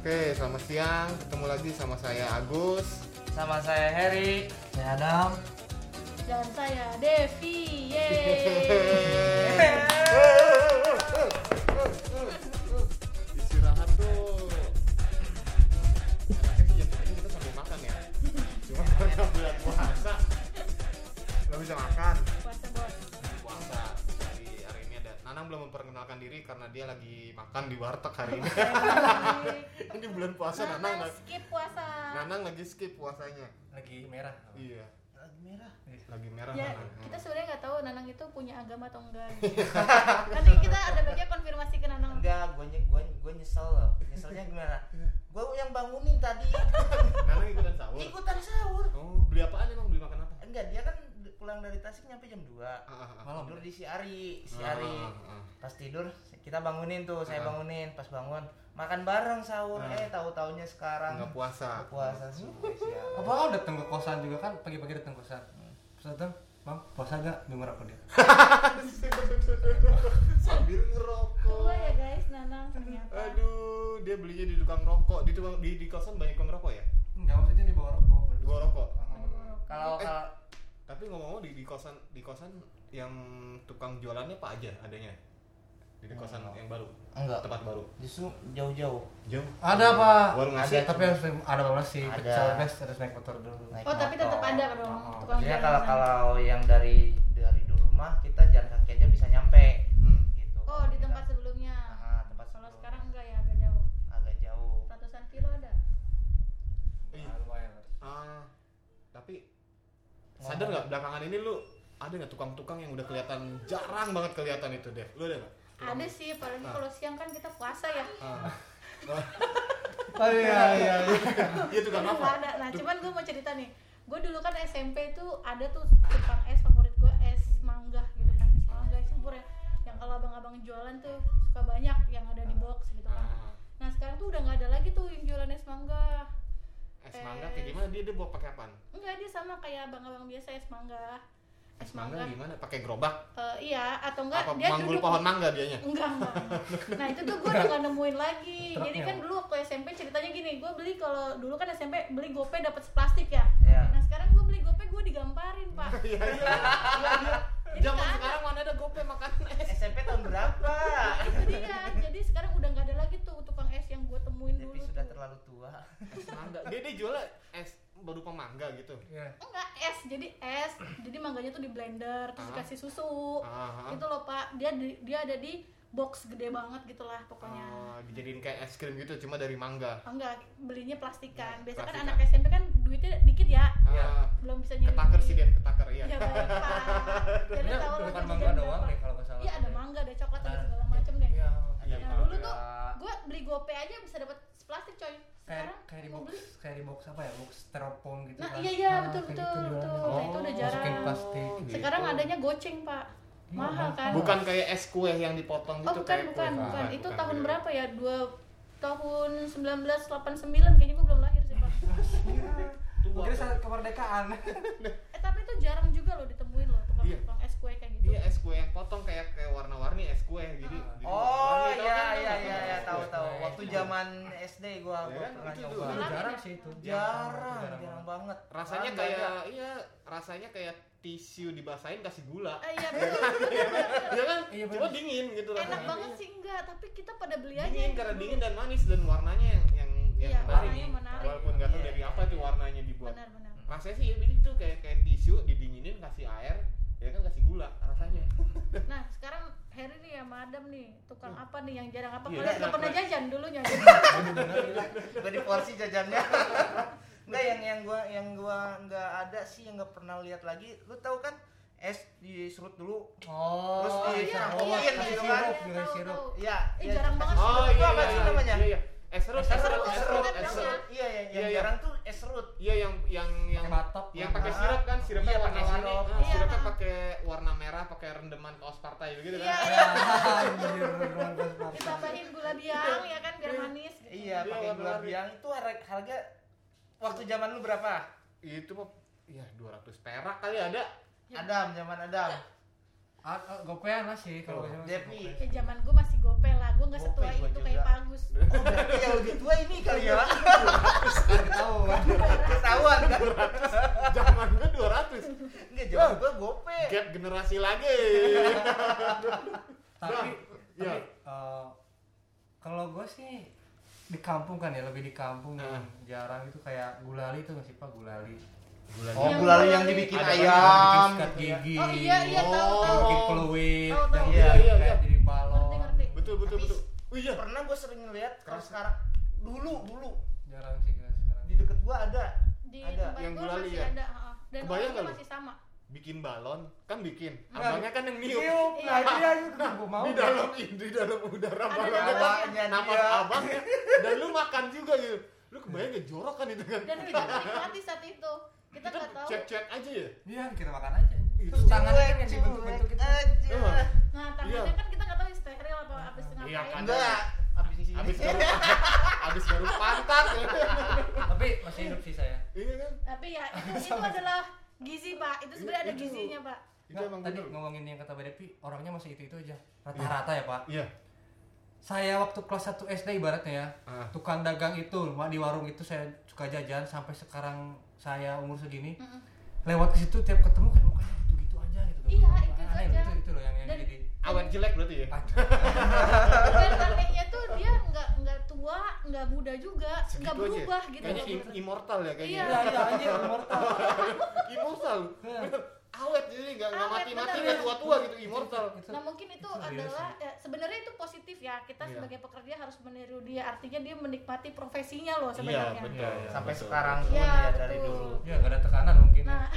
Oke, selamat siang. Ketemu lagi sama saya Agus. Sama saya Heri. Saya Adam. Dan saya Devi. Yeay. Istirahat tuh. Enaknya sih jam segini kita sambil makan ya. Cuma karena bulan puasa nggak bisa makan. Puasa bos. Puasa. Jadi hari ini ada Nanang belum memperkenalkan diri karena dia lagi makan di warteg hari ini. Ini bulan puasa Nanang skip puasa. Nanang lagi skip puasanya. Lagi merah. Iya. Lagi merah. Lagi merah Ya, Nanang. kita sebenarnya nggak tahu Nanang itu punya agama atau enggak. Nanti kita ada bagian konfirmasi ke Nanang. Enggak, gue nyesel loh. Nyeselnya gimana? Gue yang bangunin tadi. Nanang ikutan sahur. Ikutan sahur. Oh, beli apaan emang? Beli makan apa? Enggak, dia kan pulang dari Tasik nyampe jam 2. Malam. Tidur di si Ari. Pas tidur kita bangunin tuh, saya bangunin. Pas bangun makan bareng sahur. Tahu-taunya sekarang Nggak puasa. puasa spesial. Apa kau datang ke kosan juga kan? Pagi-pagi datang ke kosan. Terus datang, Bang, puasa gak? Denger apa dia? Sambil ngerokok. Tua ya guys, Nanang ternyata. Aduh, dia belinya di tukang rokok. Di kosan banyak tukang rokok ya? Enggak, maksudnya di bawah rokok. Di bawah rokok. Kalau Tapi ngomong-ngomong di kosan yang tukang jualannya apa aja adanya? Di kosan yang baru. enggak, Tempat baru. justru jauh-jauh. Jauh. Ada Pak. Warung nasi. Ada, tapi harus ada apa sih? Ada. Pecel guys, harus naik motor dulu. Naik Oh, tapi tetap motor. ada dong Oh. tukang Maksudnya jalan. kalau yang dari dulu rumah kita jalan kaki aja bisa nyampe gitu. Oh, di tempat sebelumnya. tempat Kalau sebelum. sekarang enggak ya, agak jauh. agak jauh. Ratusan kilo ada. Iya. Nah, lumayan harus. Tapi sadar nggak belakangan ini lu ada nggak tukang-tukang yang udah kelihatan jarang banget kelihatan itu Dev? Lu ada nggak? Ada sih, apalagi kalau siang kan kita puasa ya. Oh iya. Iya tukang Aduh, apa? nggak ada. Nah, cuman gue mau cerita nih. Gue dulu kan SMP tuh ada tuh tukang es favorit gue, es mangga gitu kan. Es mangga, es campur ya. Yang kalau abang-abang jualan tuh suka banyak yang ada di box gitu kan. Nah, sekarang tuh udah nggak ada lagi tuh yang jualan es mangga. Es mangga kayak gimana? Dia bawa pakai apaan? Enggak, dia sama kayak abang-abang biasa es mangga. Es mangga gimana? Pakai gerobak? Iya, atau enggak Apa dia manggul duduk pohon mangga dianya? Enggak. Nah itu tuh gue udah gak nemuin lagi. Jadi Truknya. kan dulu waktu SMP ceritanya gini, gue beli kalau dulu kan SMP beli gope dapat seplastik ya. Iya. Nah sekarang gue beli gope gue digamparin pak. Iya. Jadi Zaman nggak ada. sekarang mana ada gope makan es? SMP tahun berapa? Itu dia. Jadi sekarang udah gak ada lagi tuh tukang es yang gue temuin dulu. Devi sudah tuh. terlalu tua. Es mangga. Dia jual es berupa mangga gitu. Iya. Enggak es, jadi es. Jadi mangganya tuh di blender terus dikasih susu. Ah. Itu loh pak. Dia ada di box gede banget gitulah pokoknya. Dijadiin kayak es krim gitu cuma dari mangga. Enggak, belinya plastikan. Biasa kan Plastikan. anak SMP kan duitnya dikit ya. Belum bisa nyari. Ketaker sih dia, ketaker iya. Ya baik pak. Jadi Ini tahu bukan lah mangga kejadian doang berapa. deh kalau nggak salah. Iya ada mangga, ada coklat, ada Nah, segala macem deh. Iya. Iya. Nah dulu tuh gue beli gope aja bisa dapat plastik coy. Sekarang Kayak di mau box, beli. kayak di box apa ya? Box styrofoam gitu Nah kan. iya Nah, betul kayak betul gitu betul. jualannya. Nah itu udah jarang. Masukin plastik. Gitu. Sekarang adanya goceng pak. Mahal kan? Bukan kayak es kue yang dipotong Oh gitu bukan kayak bukan kue. bukan. Itu tahun gitu. berapa ya? Tahun 1989 kayaknya gue belum lahir sih pak. Tua. Mungkin saat kemerdekaan. Tapi itu jarang juga loh ditemuin loh Iya. tukang es kue kayak gitu. Iya es kue yang potong kayak warna-warni es kue jadi. Oh warna-warni, iya tau kan? tahu. Waktu zaman SD gua Ya kan, pernah itu nyoba. dulu. Malah Jarang ya? sih itu. Jarang banget. Rasanya Malah kayak nggak ada. iya, rasanya kayak tisu dibasahin kasih gula. Iya betul. Ya kan? Iya, Cuma bener. dingin gitu Enak rasanya. banget sih enggak, tapi kita pada beli aja. Dingin karena dulu. dingin dan manis dan warnanya yang Iya, menarik. warnanya menarik. Walaupun nggak tahu Iya, dari iya, apa itu warnanya dibuat. Benar. Rasanya sih ya itu kayak tisu didinginin kasih air, ya kan kasih gula rasanya. Nah sekarang Harry nih sama Adam nih tukang apa nih yang jarang apa? Iya, Kalian nggak enak pernah banget. jajan dulunya. Gua di porsi jajannya. Enggak yang gua enggak ada sih, yang enggak pernah lihat lagi. Lu tahu kan es diserut dulu. Oh. Terus di iya, campur iya, gitu iya, kan. iya, Dikasih tahu, sirup. tahu. Iya, Ih, jarang banget kasih sih. sirup. Itu apa sih namanya? Iya. Es serut. Es serut, Es serut. namanya. Iya, Iya, yang iya. jarang tuh es serut. Iya yang Pakai batok. yang pakai Nah, sirup kan, sirupnya iya, pakai warna-warni. sirup. Nah, Iya. sirupnya pakai warna merah, pakai rendeman kaos partai begitu kan. Iya. Anjir, beneran pas pas. Ditambahin gula biang ya kan biar manis. Gitu. Iya, Iya, pakai gula warna-warni. biang. Itu harga waktu zaman lu berapa? Itu ya 200 perak kali ada. Adam, zaman Adam. Gopean lah sih kalau saya masih Depi. gope. Ya zaman gue masih gope lah, gue nggak setua Gope gua itu kayak juga. Pagus. Oh berarti yang lebih tua ini kali ya. Kan ketahuan. Ketahuan kan. Zaman gue 200. Enggak zaman gua gope. Gap generasi lagi. Tapi ya. Kalau gue sih di kampung kan ya, lebih di kampung Nah. jarang itu kayak gulali tuh nggak sih Pak, gulali. Oh Yang gulali yang gulali. dibikin Ada ayam. Bikin sikat gitu ya. gigi. Oh iya Oh. tahu Yang tahu. bikin peluit, Tahu, tahu. yang Iya, bikin iya, kayak iya. jadi balon. Ngerti. Betul. Tapi Oh iya. Pernah gua sering ngeliat kalau sekarang dulu Jarang sih guys sekarang. di deket gua ada. Di Ada. tempat Yang gue gulali masih ya? ada, dan Kebayang orangnya nggak lu? masih sama. Bikin balon kan bikin. Enggak. Abangnya kan yang niup. Niup, nah itu dia itu gue mau. Di dalam udara Ada balonnya kan Bawahnya napas dia. abangnya dan lu makan juga gitu. Lu kebayang gak jorok kan itu kan? Dan kita menikmati saat itu. Kita Kita nggak tahu. cek aja ya. Iya, kita makan aja. Itu Terus tangannya kan yang dibentuk-bentuk itu. aja. Nah tangannya Iya. kan kita nggak tahu steril atau abis Iya, ngapain. kan. Enggak. Abis isi. Abis garuk pantat. Tapi masih hidup sih saya. Iya kan? Tapi ya itu adalah gizi pak. Itu sebenarnya ada Itu. gizinya pak. Itu Nggak, emang tadi bener. ngomongin yang kata Mbak Depi, orangnya masih itu aja. Rata-rata ya Pak. Iya. Saya waktu kelas 1 SD ibaratnya ya, Ah. tukang dagang itu di warung itu saya suka jajan sampai sekarang saya umur segini. Mm-mm. Lewat ke situ tiap ketemu kan mukanya gitu-gitu aja gitu. Iya, Aneh, itu aneh, aja. Itu loh yang Dan- jadi Awet jelek berarti ya? Dan anehnya tuh dia nggak tua, nggak muda juga, Segitu nggak aja. berubah gitu. Kayaknya loh. immortal ya kayaknya. Iya. Iya, anjir immortal. Immortal. Iya. Bener. Awet jadi nggak Awet, mati-mati bener. nggak tua-tua gitu immortal. Nah mungkin itu serius adalah sebenarnya itu positif ya, kita Iya. sebagai pekerja harus meniru dia, artinya dia menikmati profesinya loh Iya sebenarnya. betul. Sampai Betul. sekarang pun Iya, ya dari betul. dulu. Ya enggak ada tekanan mungkin. Nah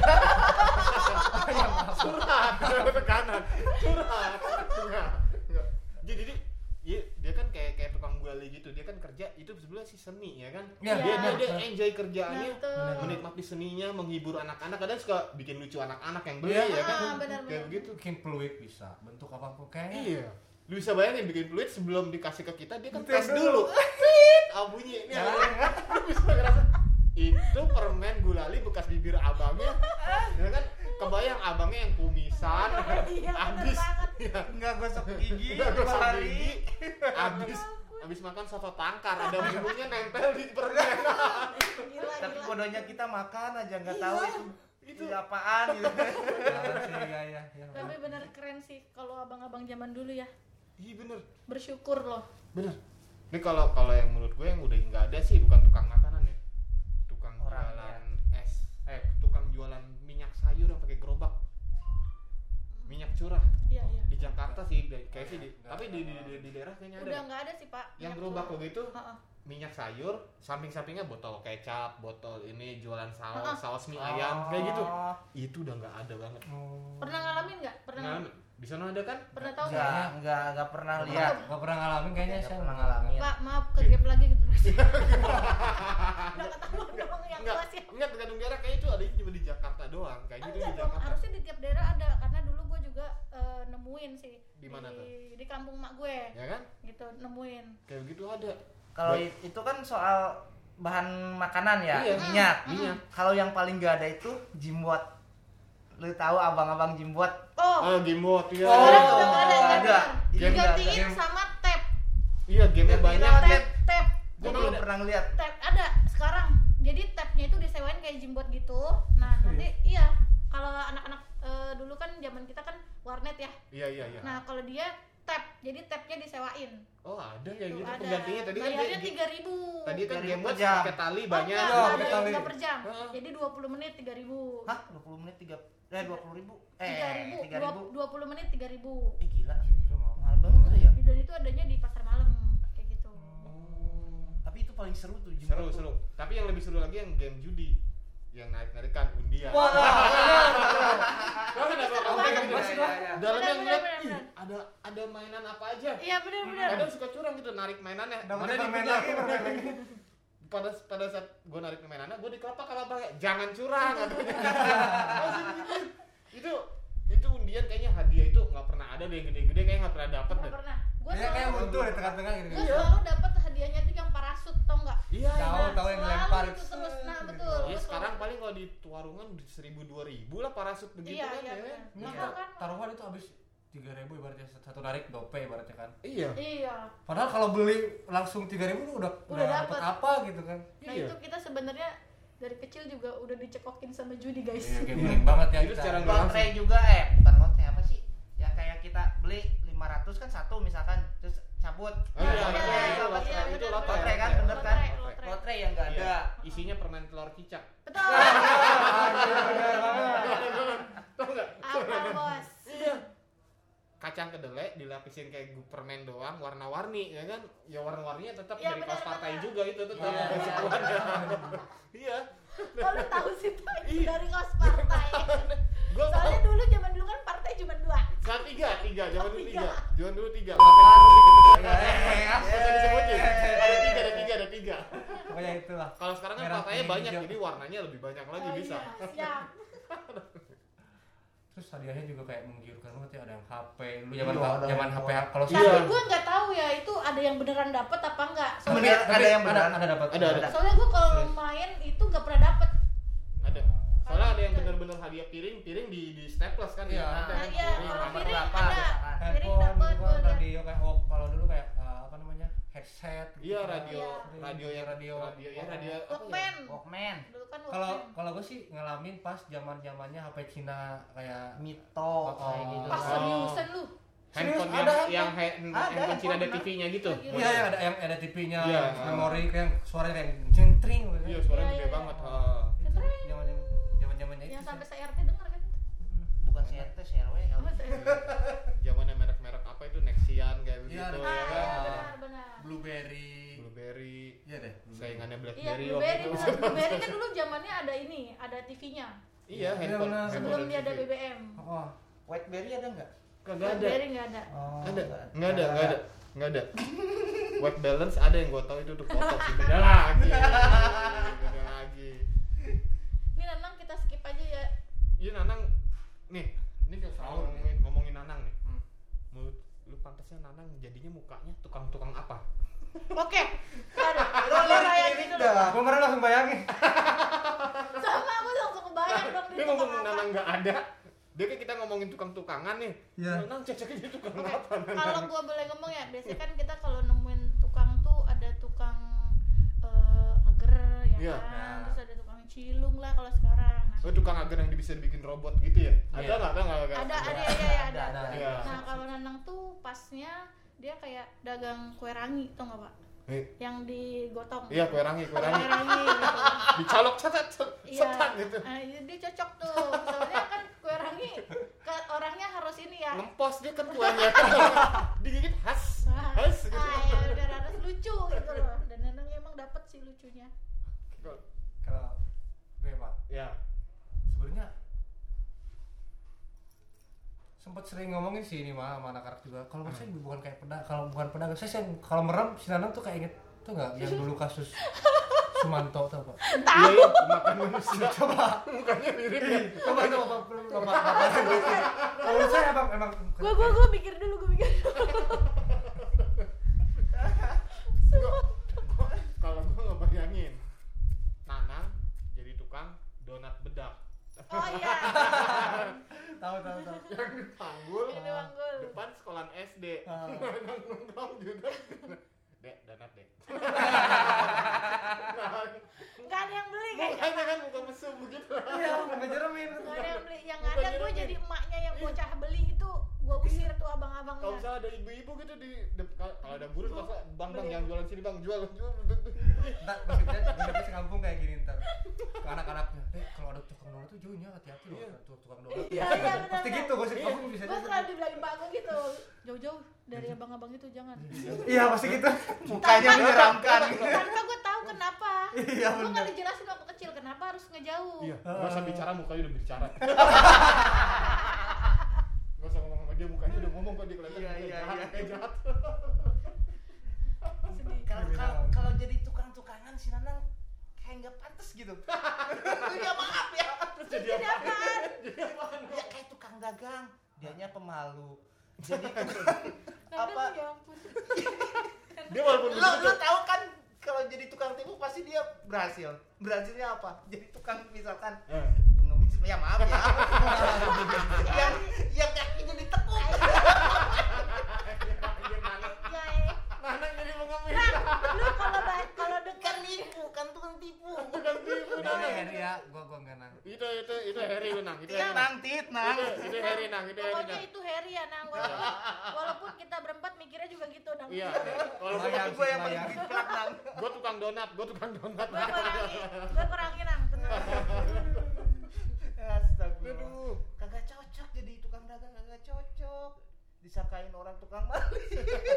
Curhat, tekanan. Curhat. Enggak. Jadi iya, dia kan kayak tukang gali gitu. Dia kan kerja itu sebenarnya sih seni ya kan. Iya, Dia benar. enjoy kerjaannya. Nah, betul. Menikmati seninya, menghibur anak-anak, kadang suka bikin lucu anak-anak yang beli Iya. ya kan. Benar-benar. Kayak begitu. Bikin peluit bisa, bentuk apapun kayaknya. Iya. Lu bisa bayangin bikin peluit sebelum dikasih ke kita dia kan Tes tes dulu. Bunyi ini lu bisa ngerasa itu permen gulali bekas bibir abangnya. Ya kan kebayang abangnya yang kumisan, Iya, bener habis banget. ya, Enggak gosok gigi, nggak gosok hari. gigi, habis makan soto tangkar ada bumbunya nempel di permen. Gila, Tapi gila. bodohnya kita makan aja nggak Iya. tahu itu apaan gitu. Parah sih, iya. Tapi bener keren sih kalau abang-abang zaman dulu ya, Iya bener, bersyukur loh. bener. Ini kalau yang menurut gue yang udah nggak ada sih bukan tukang makanan ya, tukang Orangnya. jualan tukang jualan minyak sayur yang pakai gerobak, minyak curah. Iya iya. Di Jakarta sih kayak sih Nggak tapi di daerah kayaknya ada Udah nggak ada sih pak. yang minyak gerobak curah. begitu, Ha-ha. minyak sayur, samping-sampingnya botol kecap, botol ini jualan Ah. saus mie ayam kayak gitu. Itu udah nggak ada banget. Pernah ngalamin nggak? Pernah Nah, ngalamin? di sana ada kan? Pernah tahu nggak? Enggak pernah lihat. Enggak pernah ngalamin kayaknya Nggak saya. pernah ngalamin. Pak maaf ke gap lagi gitu. Udah ketahuan dong yang Enggak, kelas ya. enggak tergantung daerah kayak itu ada cuma di Jakarta doang kayak gitu Enggak di dong, Jakarta. harusnya di tiap daerah ada karena dulu gue juga nemuin sih. Di mana tuh? Di kampung mak gue. Ya kan? Gitu nemuin. Kayak begitu ada. Kalau itu kan soal bahan makanan ya, Iya. minyak. Minyak. Kalau yang paling gak ada itu jimbot. Lu tahu abang-abang jimbot? Oh, Gamebot ya. Oh, sekarang udah nggak ada, nggak ya, ada. benar. Game Digantiin nggak ada. sama tab. Iya, gamenya Gantiin banyak. sama Tab. Gue Emang belum ada? pernah ngeliat. Tab ada sekarang. Jadi tabnya itu disewain kayak jimbot gitu. Nah, nanti iya. Kalau anak-anak dulu kan zaman kita kan warnet ya. Iya. Nah, kalau dia tab. Jadi tabnya disewain. Oh, ada kayak Tuh, gitu ada. penggantinya tadi kan Bayarnya dia- 3.000. tadi kan 3.000 Gamebot per jam. pakai tali Oh, banyak. enggak, Iya, enggak, pakai tali. enggak per jam. Heeh. Jadi 20 menit 3.000. Hah? 20 menit 20.000? 3.000. 3.000. 20 menit 3.000. Gila. Gila, mau. Mahal banget ya. Dan itu adanya di pasar malam kayak gitu. Oh. Tapi itu paling seru tuh jimbot. Seru. Tapi yang lebih seru lagi yang game judi. Yang narik-narikan undian. Wah, Kau kenapa Seru kamu banget. kayak gitu? Dalamnya Benar, ngeliat, benar, ih, benar. ada mainan apa aja. Iya benar-benar. Kadang suka curang gitu narik mainannya. Dapat Mana nih permen punya? lagi, permen lagi. Pada saat gue narik mainannya, gue dikelapak-kelapak kayak jangan curang katanya. Masih begitu. Itu undian kayaknya hadiah itu nggak pernah ada deh, gede-gede kayak nggak pernah dapet deh. Nggak pernah. Gue Kayak selalu buntu di tengah-tengah gitu. gue selalu dapat hadiahnya tuh yang parasut, tau nggak? Iya. Tahu yang Selalu lempar. itu terus, nah betul. Ya betul. sekarang paling kalau di warungan 1.000-2.000 lah parasut begitu Iya, kan iya, ya. benar. Iya, Mahal kan? taruhan itu habis 3.000 ibaratnya satu narik dope ibaratnya kan. Iya. Iya. Padahal kalau beli langsung 3.000 udah dapet. dapat apa gitu kan. Nah Iya. itu kita sebenarnya dari kecil juga udah dicekokin sama judi guys. Iya, gambling banget ya Itu kita. secara Lotre juga bukan lotre apa sih? Yang kayak kita beli 500 kan satu misalkan terus cabut. Oh, iya, Nah, iya, itu apa sih? iya, itu benar, lotre. Lotre kan, Lotre. bener kan? Lotre. Lotre yang enggak ada. Iya. Isinya permen telur cicak. Betul. Tahu enggak? Apa bos? Iya. Kacang kedelai dilapisin kayak permen doang warna-warni ya kan? Ya warna-warninya tetap Iya, dari benar, kaos partai benar. juga itu tetap Iya. semuanya. Iya. Kok lu tahu sih Pak? Iya. Dari kaos partai. Gua Soalnya dulu zaman dulu kan partai cuma 2. Saat tiga, zaman dulu tiga. tiga. Zaman dulu tiga. Iya, Bisa disebutin. Ada tiga. Pokoknya itulah. Kalau sekarang kan Merah, partainya kuning, banyak, hijau. jadi warnanya lebih banyak lagi bisa. Iya, siap. Terus hadiahnya juga kayak menggiurkan banget ya, ada yang HP. Lu Iya, zaman ada HP yang kalau Iya. Tapi gue nggak tahu ya itu ada yang beneran dapet apa enggak. Soalnya, Ada yang beneran. ada dapat. Ada. soalnya gue kalau main itu nggak pernah dapet. Ada. Soalnya ada yang benar-benar hadiah piring di staples kan Iya. ya. Ada Nah kan iya, piring, kalau nomor piring berapa. ada. misalkan. Piring Handphone dapet gitu gue kan, liat. radio kayak kalau dulu kayak apa namanya? Headset gitu. Iya, kan. radio Iya. yang radio apa ya? Walkman. Walkman, Dulu kan Kalau Walkman. kalau gue sih ngalamin pas zaman-zamannya HP Cina kayak Mito kayak Oh. gitu. Ah seriusan lu? Handphone Serius, ada yang handphone. handphone Cina ada Handphone, TV-nya gitu. Lagi. iya yang ada TV-nya, Iya. memori kayak suaranya kayak jentring gitu. Iya, suaranya Iya, gede iya, banget. iya. Ah. Itu zaman-zamannya itu. Yang sih. sampai se-RT denger kan? Bukan CRT, CRW Apa kali. se-RT? Zamannya merek-merek apa itu Nexian kayak Iya, begitu ada. ya Ah, kan. iya benar. Blueberry. Blueberry. Iya deh. Saingannya Iya, BlackBerry Blueberry waktu itu. benar. Blueberry kan dulu zamannya ada ini, ada TV-nya. Iya, Iya, handphone. benar. handphone Sebelum dan dia ada TV. BBM. Oh. Whiteberry ada enggak? Kagak ada. Blueberry nggak ada. Oh, Ada. enggak Nggak ada. White balance ada yang gue tahu itu untuk foto sih. Beda lagi. Beda lagi. Ini Nanang kita skip aja ya. Iya Nanang. Nih, ini kita Sahur ngomongin Nanang nih. Hmm. Menurut lu pantasnya Nanang jadinya mukanya tukang-tukang apa? Oke. Ada. Lo kayak ini gitu loh. dah. Gua kemarin langsung bayangin. Sama aku langsung kebayang dong Ini dia ngomong tukang apa. Nanang nggak ada. Dia kan kita ngomongin tukang-tukangan nih. Iya. Nanang cocoknya jadi tukang Oke, apa? Nanang? kalau gua boleh ngomong ya, biasanya kan kita kalau nemuin tukang tuh ada tukang ager ya Iya. kan, terus ada tukang cilung lah kalau sekarang. Nah, Oh, tukang agar yang bisa bikin robot gitu ya? Ada Iya. nggak? ada ya ada. Ada. Iya. Nah kalau Nanang tuh pasnya dia kayak dagang kue rangi, tau nggak Pak? Yang digotong. Iya, kue rangi. Kue rangi gitu. Dicolok setan Iya, gitu. iya, dia cocok tuh. Soalnya kan kue rangi orangnya harus ini ya. Ngempos dia kan kuahnya. Digigit khas. Khas gitu. Ya udah harus lucu gitu loh. Dan Nanang emang dapet sih lucunya. Kalau gue Pak, Ya. sebenarnya sempat sering ngomongin sih ini mah sama anak-anak juga. Kalau menurut saya bukan kayak pedagang, kalau bukan pedagang, saya kalau merem si Nanang tuh kayak inget tuh nggak yang dulu kasus Sumanto tau Pak? Iya, iya, makan manusia. Coba Mukanya mirip ya. coba kalau saya emang Gue mikir dulu, Kalau gua ngebayangin Nanang jadi tukang donat bedak. Oh iya. tahu Yang di Panggul Ini Panggul. depan sekolahan SD. Ah. Nanang nongkrong juga. Dek, donat dek. Gak ada yang beli kayaknya. Mukanya kan muka mesum begitu. iya ngejeremin Gak ada yang beli. Yang ada gue jadi emaknya yang bocah beli itu gue usir tuh Kalau abang-abangnya. misalnya ada ibu-ibu gitu kalau ada buruh masa bang jangan jualan sini bang jual. ntar maksudnya sekampung kayak gini ntar ke anak-anaknya kalau ada tukang donat tuh jauhnya hati-hati loh Iya. tukang donat Iya, iya, benar, pasti benar. gitu gue sih kamu bisa Gue selalu dibilangin Pak gue gitu. Jauh-jauh dari abang-abang itu jangan. iya pasti gitu Mukanya menyeramkan. Tanpa gue tahu kenapa. Iya, Gue benar. nggak dijelasin waktu kecil kenapa harus ngejauh. Iya, nggak usah bicara mukanya udah bicara. Nggak usah ngomong sama dia mukanya udah ngomong kok dia kelihatan Iya, kayak iya, jahat, iya. kayak jahat. Sedih. Kalau jadi tukang-tukangan si Nanang kayak nggak pantas gitu. Ya maaf ya. Jadi Jadi apaan? Ya kayak tukang dagang, dianya pemalu. Jadi Nanang apa? ya ampun. Dia walaupun Lo begitu. tahu kan kalau jadi tukang tipu pasti dia berhasil. Berhasilnya apa? Jadi tukang misalkan pengemis, ya maaf ya. yang kakinya ditekuk. Nanang jadi pengemis. Lu kalau dekat Kan nipu, kan tukang tipu. Tukang tipu Ini Nanang. Harry ya, gua enggak nang. Itu Harry lu Nang. Itu Iya, Harry, nang tit, nang. Itu Harry Nang. pokoknya itu Harry ya Nang, walaupun kita berempat mikirnya juga gitu Nang. Iya. Walaupun Layang. Gue yang paling geplak, nang. gue tukang donat. Gue kurangi Nang, tenang. Astagfirullah. Kagak cocok jadi tukang dagang, kagak cocok. Disangkain orang tukang maling.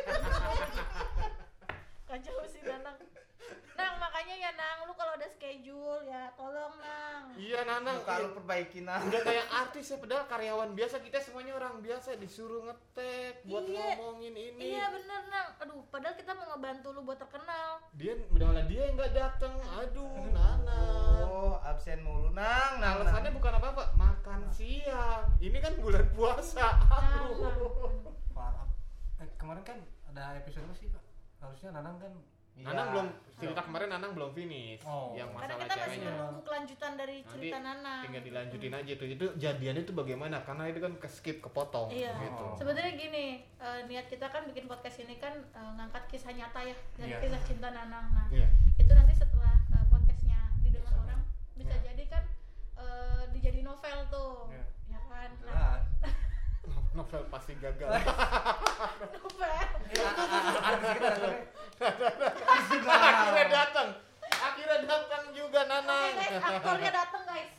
Kacau sih Nang. Nang, makanya ya Nang, lu kalau ada schedule ya tolong Nang. Iya Nanang. Kalau perbaikin, nang. Udah kayak artis ya, padahal karyawan biasa, kita semuanya orang biasa disuruh ngetek buat Iya. ngomongin ini. Iya bener Nang. Aduh, padahal kita mau ngebantu lu buat terkenal. Dia malah dia yang nggak datang. Aduh, Nanang. Oh, absen mulu, nang. Nang, Alasannya bukan apa-apa, makan siang. Ini kan bulan puasa. Aduh. Parah. Kemarin kan ada episode apa sih, Pak? Harusnya Nanang kan Nanang belum cerita kemarin, Nanang belum finish. Oh. Yang Karena masalah kita masih ceweknya. menunggu kelanjutan dari Nanti cerita Nanang. tinggal dilanjutin aja tuh. Itu jadiannya itu bagaimana? Karena itu kan ke-skip, kepotong Iya. gitu. Sebenarnya gini, niat kita kan bikin podcast ini kan ngangkat kisah nyata ya dari Iya. kisah cinta Nanang. Nah, Iya. itu nanti setelah podcastnya didengar orang bisa jadi kan dijadi novel tuh. Iya. Ya kan? Nah, jelas. Novel pasti gagal. novel. Artis kita datangnya. Akhirnya datang. Akhirnya datang juga Oke Nanang. guys, aktornya datang guys.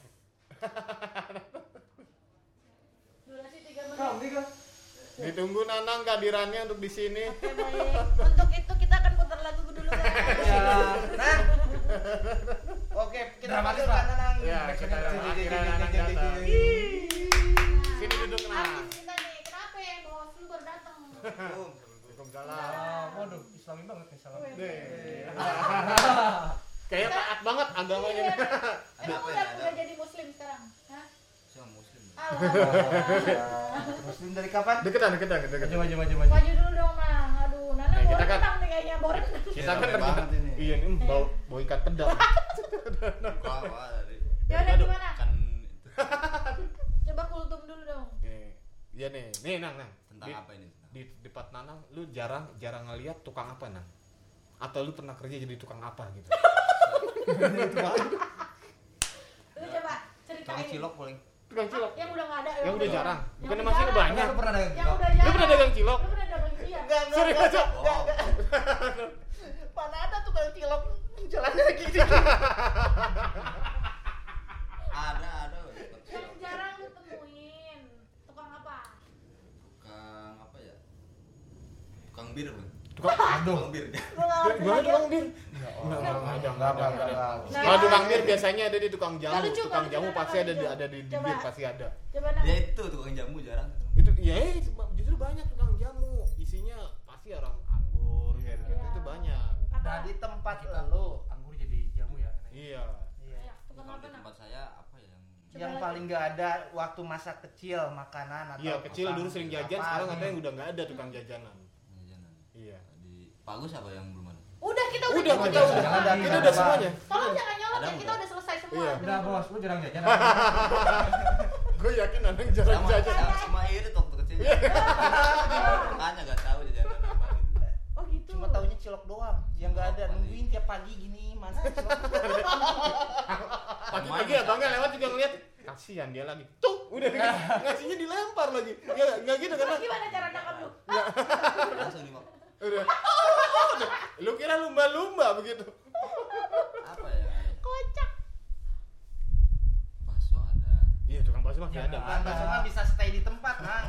Durasi 3 menit. Ditunggu Nanang kehadirannya untuk di sini. Oke baik. Untuk itu kita akan putar lagu dulu guys. Ya, nang. Oke, kita Dramatis, panggil Pak. kan, nang. Ya, kita akhirnya Nanang datang. Sini duduk Nang. Artis kita nih, kenapa ya bos lu baru datang? Waalaikumsalam. Waduh, Islami banget nih salam. Kayak taat banget agamanya. Iya. Emang udah jadi muslim sekarang? Hah? Saya muslim. Alhamdulillah. Muslim dari kapan? Deketan. Maju. Maju dulu dong Nang. Aduh, Nana Nah, kita boring kan- Nang nih kayaknya boring. Kita kan Capek kerja. banget ini. Iya, ini bau ikan pedang. Wah, dari Ya udah Aduh. gimana? kan itu Coba kultum dulu dong. Iya nih Nang. tentang Di- apa ini? Di depan Nanang, lu jarang ngeliat tukang apa Nang? Atau lu pernah kerja jadi tukang apa gitu? Lu coba Tukang ceritain. cilok paling. Tukang cilok. Yang udah enggak ada. Yang udah jarang. Yang Bukannya udah masih jarang. banyak. Lu pernah dagang Yang cilok? udah Lu jarang. pernah dagang cilok? Lu pernah dagang iya. Serius? Oh, Mana ada tukang cilok jalannya gini. ada tukang Yang cilok. jarang lu temuin. Tukang apa? Tukang apa ya? Tukang bir, Bang. Aduh. Tukang bir. Gua nggak ngerti Gimana lagi. tukang bir? Enggak ada. Kalau tukang bir biasanya ada di tukang jamu. Nggak lucu, Tukang nggak jamu lucu, pasti nggak ada lucu. di Coba. bir pasti ada. Coba Nang. Ya itu tukang jamu jarang. Itu ya justru banyak tukang jamu. Isinya pasti orang anggur kayak gitu. Iya. Itu banyak. Apa? Nah, di tempat Kita lu anggur jadi jamu ya. Iya. Ayo, tukang Kalau apa di Nang? tempat saya apa ya yang Coba yang lagi. paling nggak ada waktu masa kecil makanan atau Iya, kecil tukang dulu sering jajan, apa. sekarang katanya udah nggak ada tukang jajanan. jajanan? Iya. Di Bagus apa yang belum ada? Udah kita Udah, udah kita semua. udah, kita udah semuanya. Tolong jangan nyolot Ada ya, kita nggak? udah selesai semua. Iya. Udah bos, lu jarang jajan. Gue yakin Nanang jarang Sama, jajan. sama irit waktu kecil. Makanya nggak tahu jajanan apa gitu. Oh gitu. Cuma taunya cilok doang yang nggak ada, Cilok paling. nungguin tiap pagi gini mana cilok. Pagi-pagi abangnya lewat juga ngeliat, kasihan dia lagi. Tuh, udah ngasihnya dilempar lagi. Nggak gitu kan? Terus gimana cara nangkap lu? Langsung dimakan. Udah. Lu kira lumba-lumba begitu? Apa ya? Kocak. Bakso ada. Iya, tukang bakso masih Ya, ada. nggak Bakso mah bisa stay di tempat, Nang.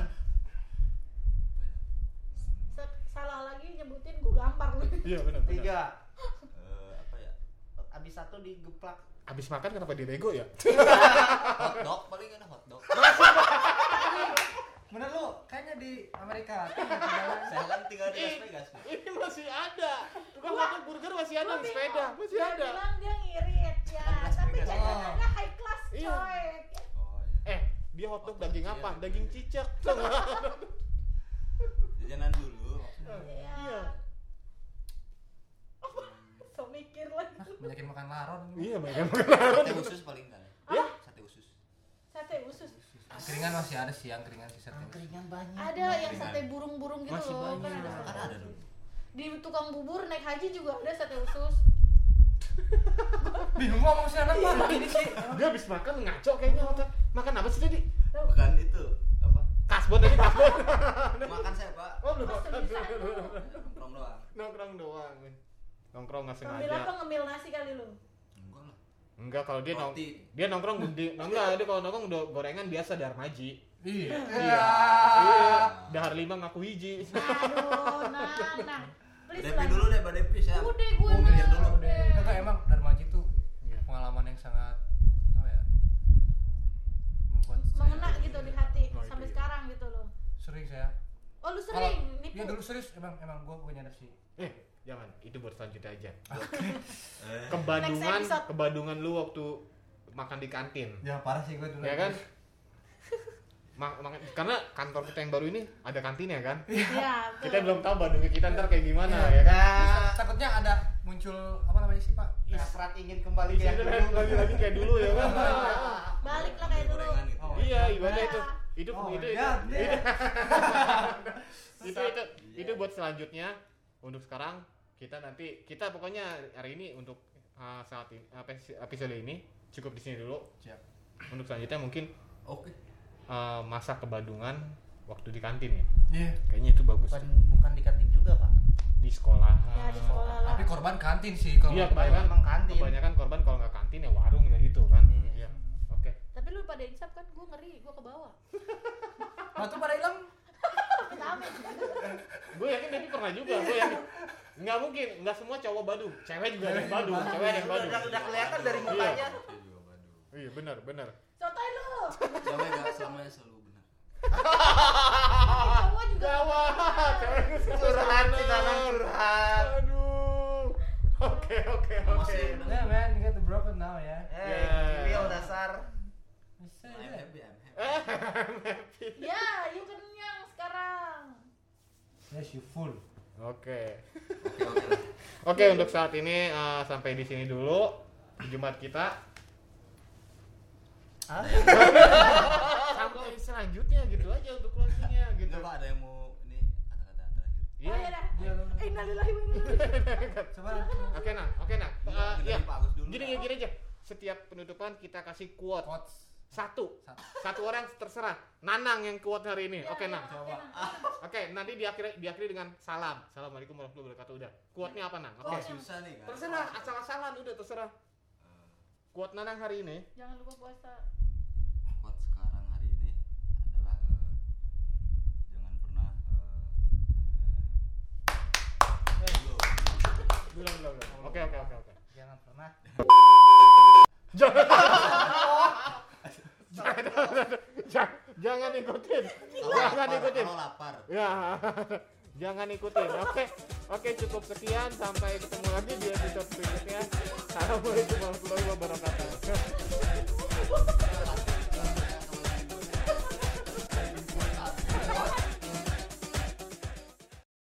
Salah lagi nyebutin gua gampar lu. Iya, benar. 3. Apa ya? Abis 1 digeplak. Abis makan kenapa dirego ya? Hotdog paling enak hotdog. Bener lu, kayaknya di Amerika. Saya kan tinggal di Las Vegas. Ini masih ada. Tukang hotdog burger masih ada di sepeda. Masih Dia ada. bilang dia ngirit ya, Las tapi Vegas. jajanannya high class Iya. coy. Oh iya. Dia hotdog daging apa? Daging cicak. Jajanan dulu. Iya. Iya. banyakin makan laron. Iya, banyak banget. Sate usus paling enggak. Ya? Sate usus. Sate usus. Angkringan masih ada sih, angkringan sih sate. Angkringan banyak. Ada yang sate burung-burung gitu Masih loh. Kan banyak. ada. Kan ada dong. Di tukang bubur naik haji juga ada sate usus. Bingung ngomong si anak mah ini sih. Dia habis makan ngaco kayaknya otak. Makan apa sih tadi? Bukan itu apa? Kasbon tadi kasbon. Makan saya, Pak. Oh, belum Pas makan. bisa lu. Nongkrong doang. Nongkrong doang. Nongkrong nggak Ngemil apa sengaja. ngemil nasi kali lu? Enggak lah. Enggak, kalau dia Roti. dia nongkrong enggak, dia kalau nongkrong udah gorengan biasa Darmaji. Iya. Iya. Dahar 5 ngaku hiji. Aduh, nah. Please Depi lah. dulu deh, Mbak Depi saya. Udah gue Mau mikir dulu. Enggak emang Darmaji tuh Iya. pengalaman yang sangat apa ya? Membuat Mengena saya- gitu di hati Oh, sampai iya. sekarang gitu loh. Sering saya. Oh lu Kalau sering nipu? iya dulu serius emang gua nyadar sih. Jangan, itu buat selanjutnya aja. Eh. Next episode. Kebadungan lu waktu makan di kantin. Ya parah sih gua dulu. Ya kan? Karena kantor kita yang baru ini ada kantinnya kan? Iya, betul. Kita belum tahu Bandungnya kita ntar kayak gimana ya kan? Nah, Takutnya ada muncul apa namanya sih, Pak? Prat ingin kembali ke Isinya yang dulu. lagi kayak dulu ya kan? Balik lah kayak dulu. Gorengan gitu. Oh, Iya, ibadah Iya. itu. Itu Oh, itu ya, deh. itu buat selanjutnya. Untuk sekarang kita pokoknya hari ini untuk saat ini episode ini cukup di sini dulu. Siap. Untuk selanjutnya mungkin Oke. masa kebadungan waktu di kantin ya. Iya. Kayaknya itu bagus. Bukan di kantin juga, Pak. Di sekolah. Ya di sekolah lah. Tapi korban kantin sih kalau Iya, menurut gua. kebanyakan Emang kantin. Kebanyakan korban kalau nggak kantin ya warung ya gitu kan. Iya. Iya. Oke. Tapi lu pada insap kan, gue ngeri, gue ke bawah. Batu pada hilang. Amit. Gue yakin Devi pernah juga. Gue yakin. Nggak mungkin, nggak semua cowok Badung. Cewek juga ada yang Badung. Cewek ada yang Badung. Udah kelihatan dari mukanya. Saya juga Badung. Iya, benar. Sotoy lu. Cewek enggak selamanya selalu benar. Cowok juga. Gawat. Cewek Curhat si Danang curhat. Aduh. Oke. Masih benar. Yeah man, you got the broken now ya. Real dasar. Bisa I'm ya. happy. Ya, you kenyang sekarang. Yes, you full. Oke. Oke lah. Oke, untuk saat ini sampai di sini dulu Jumat kita. Sampai selanjutnya gitu aja untuk closingnya gitu. Enggak, Pak, ada yang mau ini kata-kata terakhir. Iya. Oh, iya dah. Iya, lu. Innalillahi wa inna ilaihi. Coba. Oke nah. Enggak, Iya. dari Pak Agus dulu. Gini aja. Setiap penutupan kita kasih quote. Quotes. Satu orang terserah. Nanang yang quote hari ini. Oke, Ya, Nang. Coba. Oke, nanti diakhiri dengan salam. Assalamualaikum warahmatullahi wabarakatuh. Udah. Quote-nya apa, Nang? Oke. Oh, susah nih kan. Terserah, asal-asalan udah terserah. Quote Nanang hari ini. Jangan lupa puasa. Quote sekarang hari ini adalah jangan pernah Belum. Oke. Jangan pernah. Jangan ikutin. Kalau lapar. Ya. Jangan ikutin. Oke, cukup sekian. Sampai ketemu lagi di episode berikutnya. Assalamualaikum warahmatullahi wabarakatuh.